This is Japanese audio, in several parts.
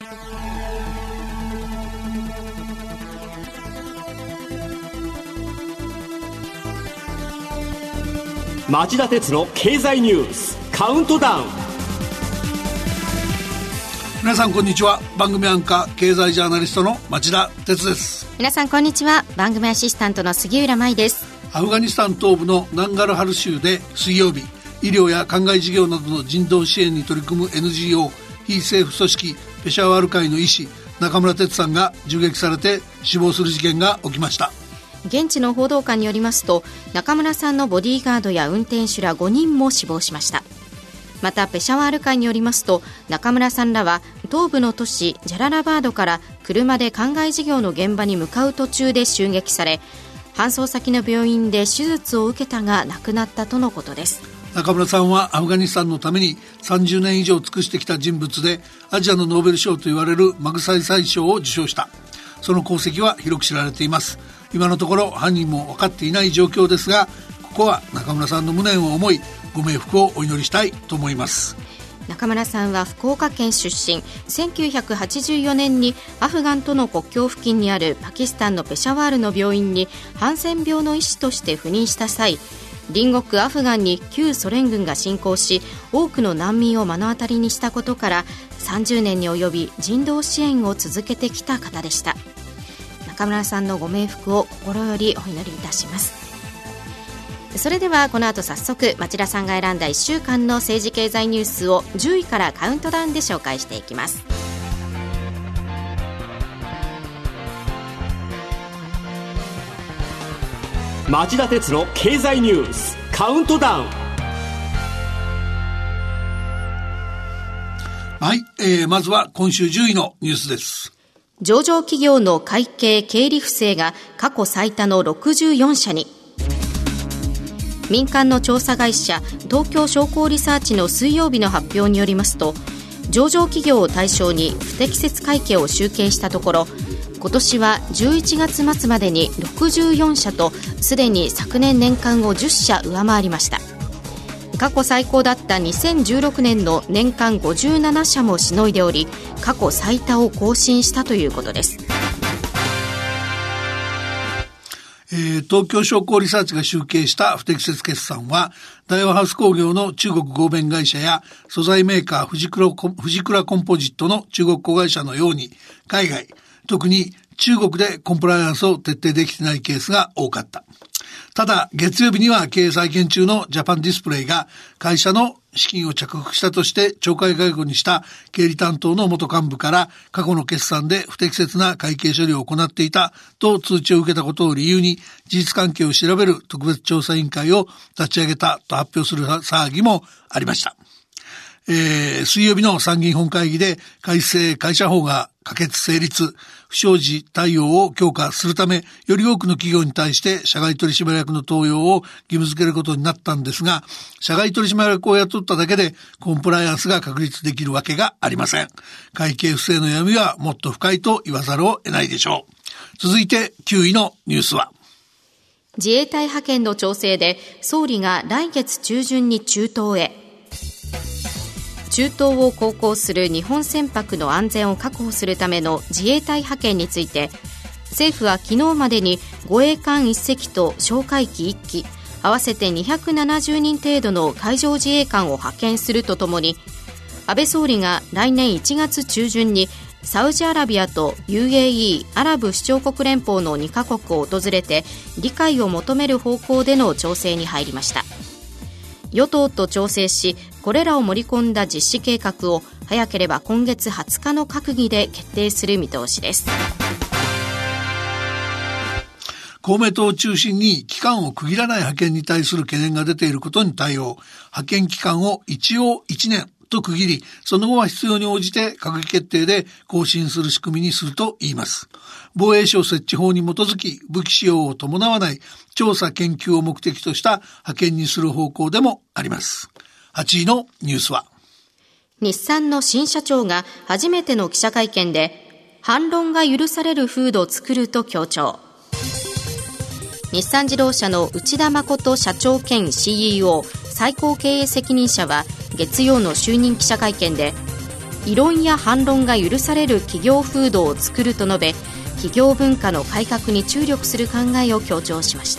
町田鉄の経済ニュースカウントダウン。 皆さんこんにちは。番組アンカー経済ジャーナリストの町田鉄です。 皆さんこんにちは。番組アシスタントの杉浦舞です。 アフガニスタン東部のナンガルハル州で水曜日、医療や灌漑事業などの人道支援に取り組む NGO 非政府組織ペシャワール会の医師中村哲さんが銃撃されて死亡する事件が起きました。 現地の報道官によりますと、中村さんのボディーガードや運転手ら5人も死亡しました。またペシャワール会によりますと、中村さんらは東部の都市ジャララバードから車で灌漑事業の現場に向かう途中で襲撃され、搬送先の病院で手術を受けたが亡くなったとのことです。 中村さんはアフガニスタンのために30年以上尽くしてきた人物で、アジアのノーベル賞と言われるマグサイサイ賞を受賞した。その功績は広く知られています。今のところ犯人も分かっていない状況ですが、ここは中村さんの無念を思い、ご冥福をお祈りしたいと思います。 中村さんは福岡県出身。1984年にアフガンとの国境付近にあるパキスタンのペシャワールの病院にハンセン病の医師として赴任した際、隣国アフガンに旧ソ連軍が侵攻し、多くの難民を目の当たりにしたことから30年に及び人道支援を続けてきた方でした。中村さんのご冥福を心よりお祈りいたします。それではこの後早速、町田さんが選んだ1週間の政治経済ニュースを10位からカウントダウンで紹介していきます。 町田鉄の経済ニュースカウントダウン。 はい、まずは今週10位のニュースです。 上場企業の会計経理不正が過去最多の64社に。民間の調査会社東京商工リサーチの水曜日の発表によりますと、上場企業を対象に不適切会計を集計したところ、今年は11月末までに64社と、すでに昨年年間を10社上回りました。過去最高だった2016年の年間57社もしのいでおり、過去最多を更新したということです。 東京商工リサーチが集計した不適切決算は、大和ハウス工業の中国合弁会社や素材メーカーフジクラコンポジットの中国子会社のように、海外、特に中国でコンプライアンスを徹底できていないケースが多かった。ただ月曜日には経営再建中のジャパンディスプレイが会社の資金を着服したとして懲戒解雇にした経理担当の元幹部から、過去の決算で不適切な会計処理を行っていたと通知を受けたことを理由に、事実関係を調べる特別調査委員会を立ち上げたと発表する騒ぎもありました。水曜日の参議院本会議で改正会社法が可決成立、不祥事対応を強化するため、より多くの企業に対して社外取締役の登用を義務付けることになったんですが、社外取締役を雇っただけでコンプライアンスが確立できるわけがありません。会計不正の闇はもっと深いと言わざるを得ないでしょう。続いて9位のニュースは、 自衛隊派遣の調整で総理が来月中旬に中東へ。中東を航行する日本船舶の安全を確保するための自衛隊派遣について、政府は昨日までに護衛艦1隻と哨戒機1機、合わせて270人程度の海上自衛官を派遣するとともに、安倍総理が来年1月中旬にサウジアラビアと UAE アラブ首長国連邦の2カ国を訪れて理解を求める方向での調整に入りました。与党と調整し、これらを盛り込んだ実施計画を早ければ今月20日の閣議で決定する見通しです。 公明党を中心に期間を区切らない派遣に対する懸念が出ていることに対応、派遣期間を一応1年と区切り、その後は必要に応じて閣議決定で更新する仕組みにすると言います。防衛省設置法に基づき、武器使用を伴わない調査研究を目的とした派遣にする方向でもあります。8位のニュースは、 日産の新社長が初めての記者会見で、反論が許される風土を作ると強調。日産自動車の内田誠社長兼 CEO 最高経営責任者は月曜の就任記者会見で、 異論や反論が許される企業風土を作ると述べ、企業文化の改革に注力する考えを強調しました。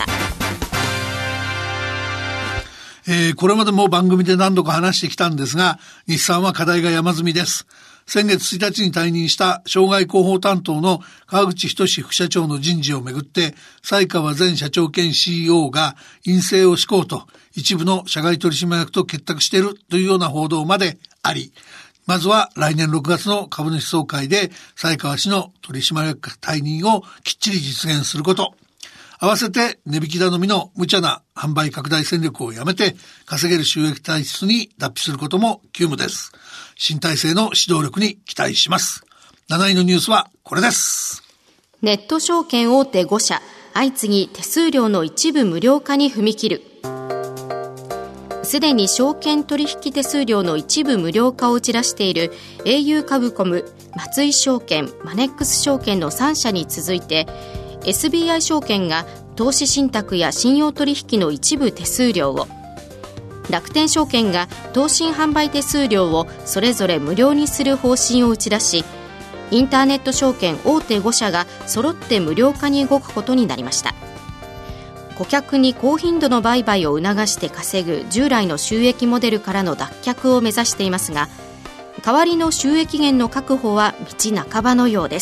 これまでも番組で何度か話してきたんですが、日産は課題が山積みです。先月1日に退任した障害広報担当の川口仁副社長の人事をめぐって、斉川前社長兼 CEO が陰性を施行と一部の社外取締役と結託しているというような報道まであり、まずは来年6月の株主総会で斉川氏の取締役退任をきっちり実現すること、合わせて値引き頼みの無茶な販売拡大戦略をやめて稼げる収益体質に脱皮することも急務です。新体制の指導力に期待します。7位のニュースはこれです。 ネット証券大手5社相次ぎ手数料の一部無料化に踏み切る。すでに証券取引手数料の一部無料化を打ち出している au カブコム、松井証券、マネックス証券の3社に続いて、SBI 証券が投資信託や信用取引の一部手数料を、楽天証券が投信販売手数料をそれぞれ無料にする方針を打ち出し、インターネット証券大手5社が揃って無料化に動くことになりました。顧客に高頻度の売買を促して稼ぐ従来の収益モデルからの脱却を目指していますが、代わりの収益源の確保は道半ばのようです。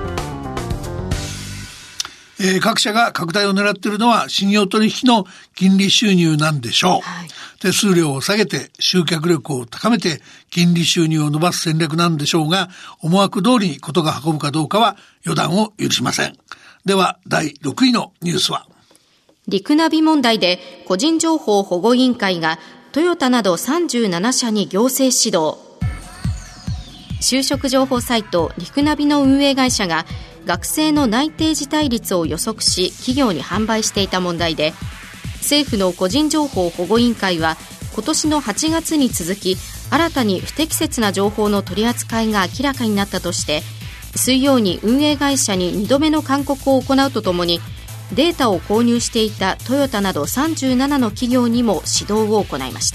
各社が拡大を狙っているのは信用取引の金利収入なんでしょう。手数料を下げて集客力を高めて金利収入を伸ばす戦略なんでしょうが、思惑通りにことが運ぶかどうかは予断を許しません。では第6位のニュースは、 リクナビ問題で個人情報保護委員会がトヨタなど37社に行政指導。就職情報サイトリクナビの運営会社が学生の内定辞退率を予測し企業に販売していた問題で、政府の個人情報保護委員会は今年の8月に続き新たに不適切な情報の取り扱いが明らかになったとして、水曜に運営会社に2度目の勧告を行うとともに、データを購入していたトヨタなど37の企業にも指導を行いました。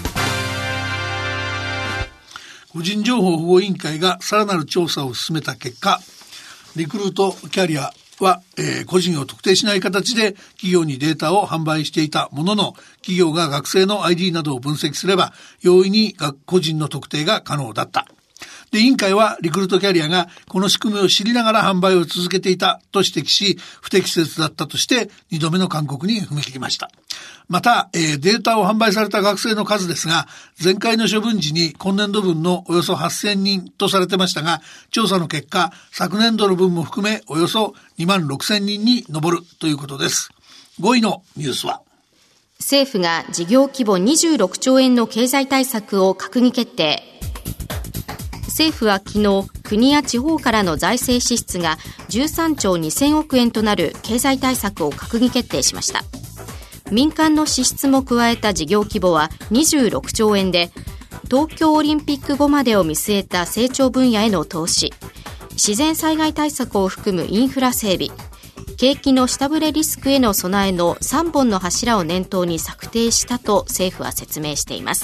個人情報保護委員会がさらなる調査を進めた結果、リクルートキャリアは、個人を特定しない形で企業にデータを販売していたものの、企業が学生の ID などを分析すれば容易に個人の特定が可能だった。で、委員会はリクルートキャリアがこの仕組みを知りながら販売を続けていたと指摘し、不適切だったとして2度目の勧告に踏み切りました。また、データを販売された学生の数ですが、前回の処分時に今年度分のおよそ8000人とされてましたが、調査の結果、昨年度の分も含めおよそ2万6000人に上るということです。5位のニュースは、 政府が事業規模26兆円の経済対策を閣議決定。政府は昨日、国や地方からの財政支出が13兆2000億円となる経済対策を閣議決定しました。民間の支出も加えた事業規模は26兆円で、東京オリンピック後までを見据えた成長分野への投資、自然災害対策を含むインフラ整備、景気の下振れリスクへの備えの3本の柱を念頭に策定したと政府は説明しています。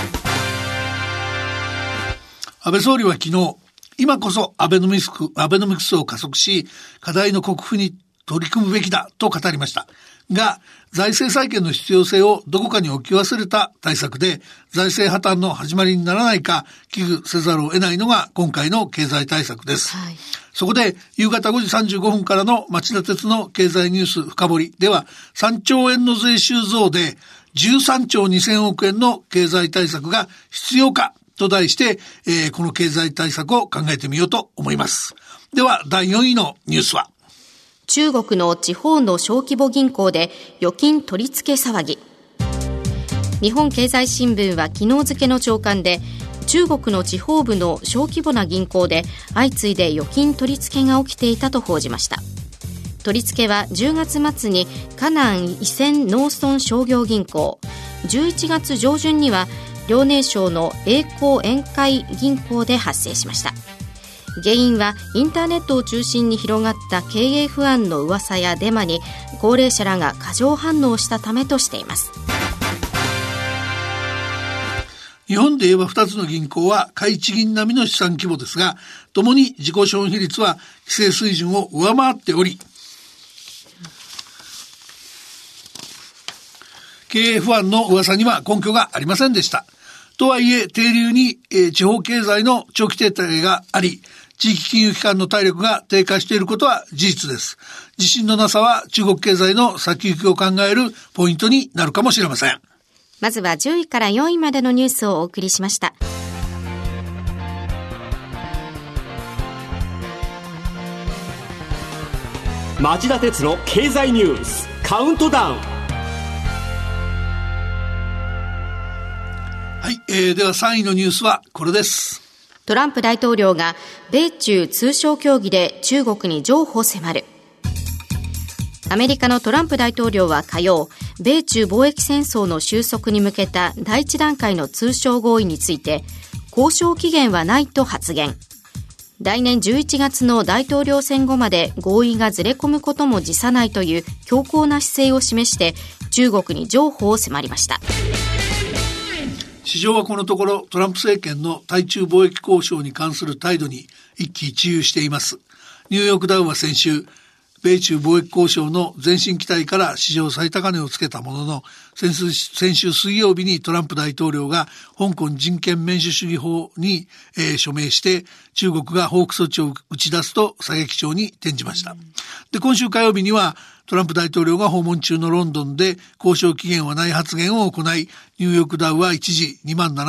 安倍総理は昨日、今こそアベノミクスを加速し、課題の克服に取り組むべきだと語りました。が、財政再建の必要性をどこかに置き忘れた対策で、財政破綻の始まりにならないか危惧せざるを得ないのが今回の経済対策です。そこで、夕方5時35分からの町田鉄の経済ニュース深掘りでは、3兆円の税収増で13兆2000億円の経済対策が必要かと題して、この経済対策を考えてみようと思います。では、第4位のニュースは、 中国の地方の小規模銀行で預金取り付け騒ぎ。日本経済新聞は昨日付の朝刊で、中国の地方部の小規模な銀行で相次いで預金取り付けが起きていたと報じました。取り付けは10月末に河南伊勢農村商業銀行、11月上旬には遼寧省の栄光沿海銀行で発生しました。原因はインターネットを中心に広がった経営不安の噂やデマに高齢者らが過剰反応したためとしています。 日本で言えば2つの銀行は下位地銀並みの資産規模ですが、ともに自己資本比率は規制水準を上回っており、経営不安の噂には根拠がありませんでした。とはいえ、低流に、地方経済の長期停滞があり、地域金融機関の体力が低下していることは事実です。自信のなさは中国経済の先行きを考えるポイントになるかもしれません。 まずは10位から4位までのニュースをお送りしました。 町田鉄の経済ニュースカウントダウン。 はい、では3位のニュースはこれです。 トランプ大統領が米中通商協議で中国に譲歩を迫る。アメリカのトランプ大統領は火曜、米中貿易戦争の収束に向けた第一段階の通商合意について、交渉期限はないと発言。来年11月の大統領選後まで合意がずれ込むことも辞さないという強硬な姿勢を示して、中国に譲歩を迫りました。 市場はこのところトランプ政権の対中貿易交渉に関する態度に一喜一憂しています。ニューヨークダウは先週、米中貿易交渉の前進期待から史上最高値をつけたものの、先週水曜日にトランプ大統領が香港人権民主主義法に、署名して中国が報復措置を打ち出すと射撃調に転じました。で、今週火曜日にはトランプ大統領が訪問中のロンドンで交渉期限はない発言を行い、ニューヨークダウは一時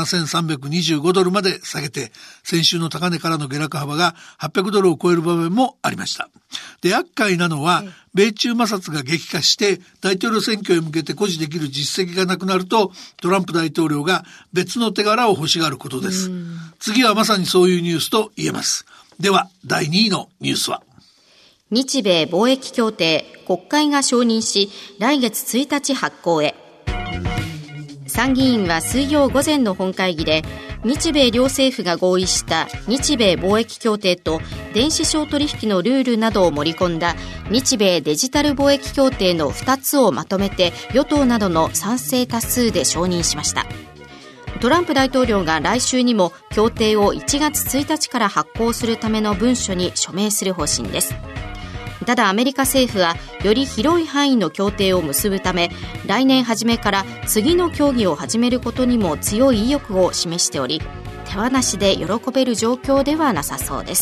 27,325ドルまで下げて、先週の高値からの下落幅が800ドルを超える場面もありました。で、厄介なのは、米中摩擦が激化して大統領選挙へ向けて誇示できる実績がなくなると、トランプ大統領が別の手柄を欲しがることです。次はまさにそういうニュースと言えます。では、第2位のニュースは、 日米貿易協定、国会が承認し、来月1日発効へ。参議院は水曜午前の本会議で、日米両政府が合意した日米貿易協定と電子商取引のルールなどを盛り込んだ日米デジタル貿易協定の2つをまとめて与党などの賛成多数で承認しました。トランプ大統領が来週にも協定を1月1日から発効するための文書に署名する方針です。ただアメリカ政府はより広い範囲の協定を結ぶため、来年初めから次の協議を始めることにも強い意欲を示しており、手放しで喜べる状況ではなさそうです。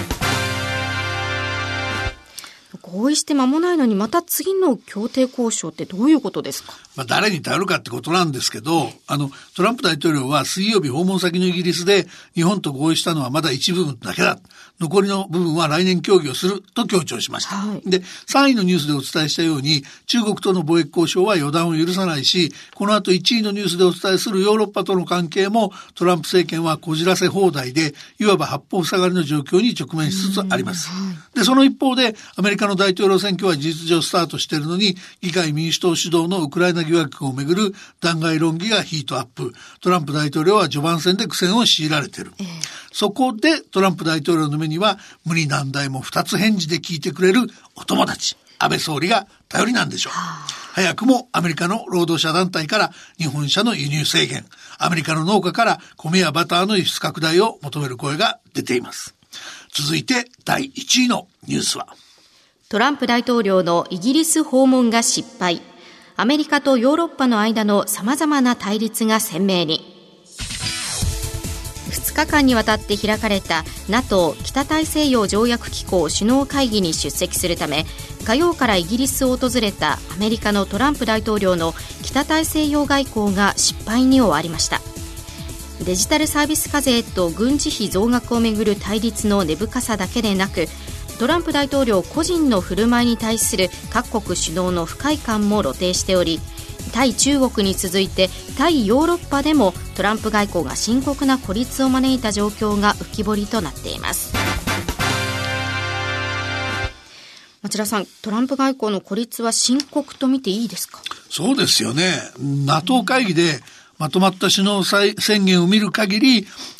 合意して間もないのにまた次の協定交渉ってどういうことですか？ 誰に頼るかってことなんですけど、トランプ大統領は水曜日訪問先のイギリスで日本と合意したのはまだ一部分だけだ。残りの部分は来年協議をすると強調しました。はい、で、3位のニュースでお伝えしたように、中国との貿易交渉は予断を許さないし、この後1位のニュースでお伝えするヨーロッパとの関係もトランプ政権はこじらせ放題で、いわば八方塞がりの状況に直面しつつあります。で、その一方でアメリカの大統領選挙は事実上スタートしているのに、議会民主党主導のウクライナ疑惑をめぐる弾劾論議がヒートアップ。トランプ大統領は序盤戦で苦戦を強いられている。そこでトランプ大統領の目には無理難題も二つ返事で聞いてくれるお友達、安倍総理が頼りなんでしょう。早くもアメリカの労働者団体から日本車の輸入制限、アメリカの農家から米やバターの輸出拡大を求める声が出ています。続いて第1位のニュースは、 トランプ大統領のイギリス訪問が失敗。アメリカとヨーロッパの間の様々な対立が鮮明に。2日間にわたって開かれた NATO 北大西洋条約機構首脳会議に出席するため、火曜からイギリスを訪れたアメリカのトランプ大統領の北大西洋外交が失敗に終わりました。デジタルサービス課税と軍事費増額をめぐる対立の根深さだけでなく、トランプ大統領個人の振る舞いに対する各国首脳の不快感も露呈しており、対中国に続いて対ヨーロッパでもトランプ外交が深刻な孤立を招いた状況が浮き彫りとなっています。町田さん、トランプ外交の孤立は深刻と見ていいですか？ そうですよね。NATO 会議でまとまった首脳宣言を見る限り、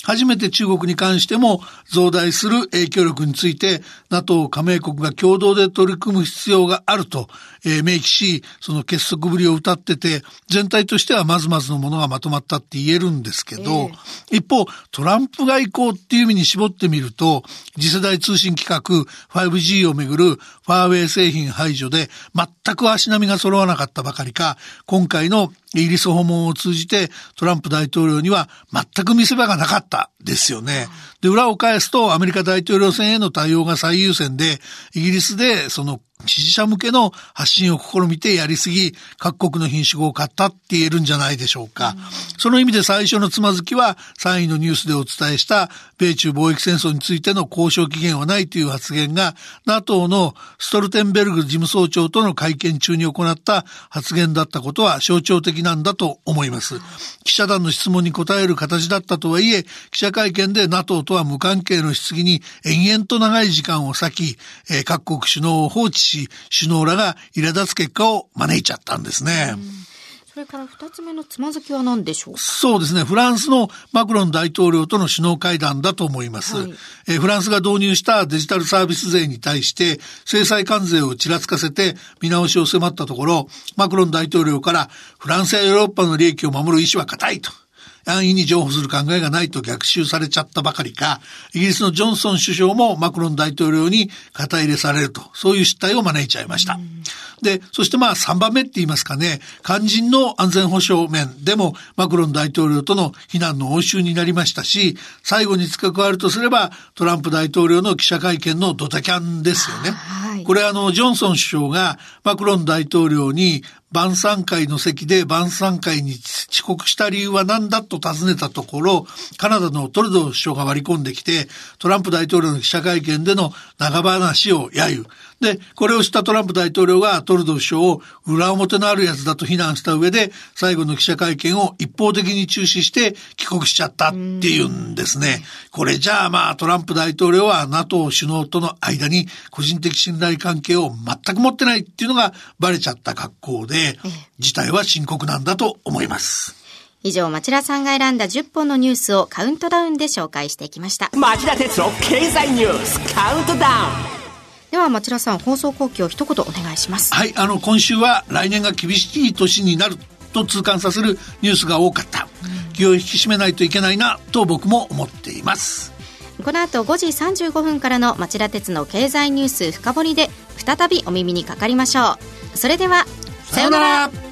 初めて中国に関しても増大する影響力について NATO 加盟国が共同で取り組む必要があると、明記し、その結束ぶりを謳ってて、全体としてはまずまずのものがまとまったって言えるんですけど、一方トランプ外交っていう意味に絞ってみると、次世代通信規格 5G をめぐるファーウェイ製品排除で全く足並みが揃わなかったばかりか、今回のイギリス訪問を通じてトランプ大統領には全く見せ場がなかったですよね。で、裏を返すとアメリカ大統領選への対応が最優先で、イギリスでその支持者向けの発信を試みてやりすぎ、各国の品種を買ったって言えるんじゃないでしょうか。その意味で最初のつまずきは3位のニュースでお伝えした米中貿易戦争についての交渉期限はないという発言が NATO のストルテンベルグ事務総長との会見中に行った発言だったことは象徴的なんだと思います。記者団の質問に答える形だったとはいえ、記者会見で NATO とは無関係の質疑に延々と長い時間を割き、各国首脳を放置し、首脳らが苛立つ結果を招いちゃったんですね。 それから2つ目のつまずきは何でしょうか。 そうですね、フランスのマクロン大統領との首脳会談だと思います、フランスが導入したデジタルサービス税に対して制裁関税をちらつかせて見直しを迫ったところ、マクロン大統領からフランスやヨーロッパの利益を守る意思は固いと、安易に譲歩する考えがないと逆襲されちゃったばかりか、イギリスのジョンソン首相もマクロン大統領に肩入れされると、そういう失態を招いちゃいました。で、そして3番目って言いますかね、肝心の安全保障面でもマクロン大統領との非難の応酬になりましたし、最後に付け加えるとすればトランプ大統領の記者会見のドタキャンですよね。これジョンソン首相がマクロン大統領に晩餐会の席で晩餐会に遅刻した理由は何だと尋ねたところ、カナダのトルドー首相が割り込んできて、トランプ大統領の記者会見での長話を揶揄。で、これを知ったトランプ大統領がトルドー首相を裏表のあるやつだと非難した上で、最後の記者会見を一方的に中止して帰国しちゃったっていうんですね。これじゃあトランプ大統領は NATO 首脳との間に個人的信頼関係を全く持ってないっていうのがバレちゃった格好で、事態は深刻なんだと思います。 以上、町田さんが選んだ10本のニュースをカウントダウンで紹介していきました。 町田鉄の経済ニュースカウントダウン。 では町田さん、放送後期を一言お願いします。 はい、今週は来年が厳しい年になると痛感させるニュースが多かった。気を引き締めないといけないなと僕も思っています。 この後5時35分からの町田鉄の経済ニュース深掘りで再びお耳にかかりましょう。それではさようなら。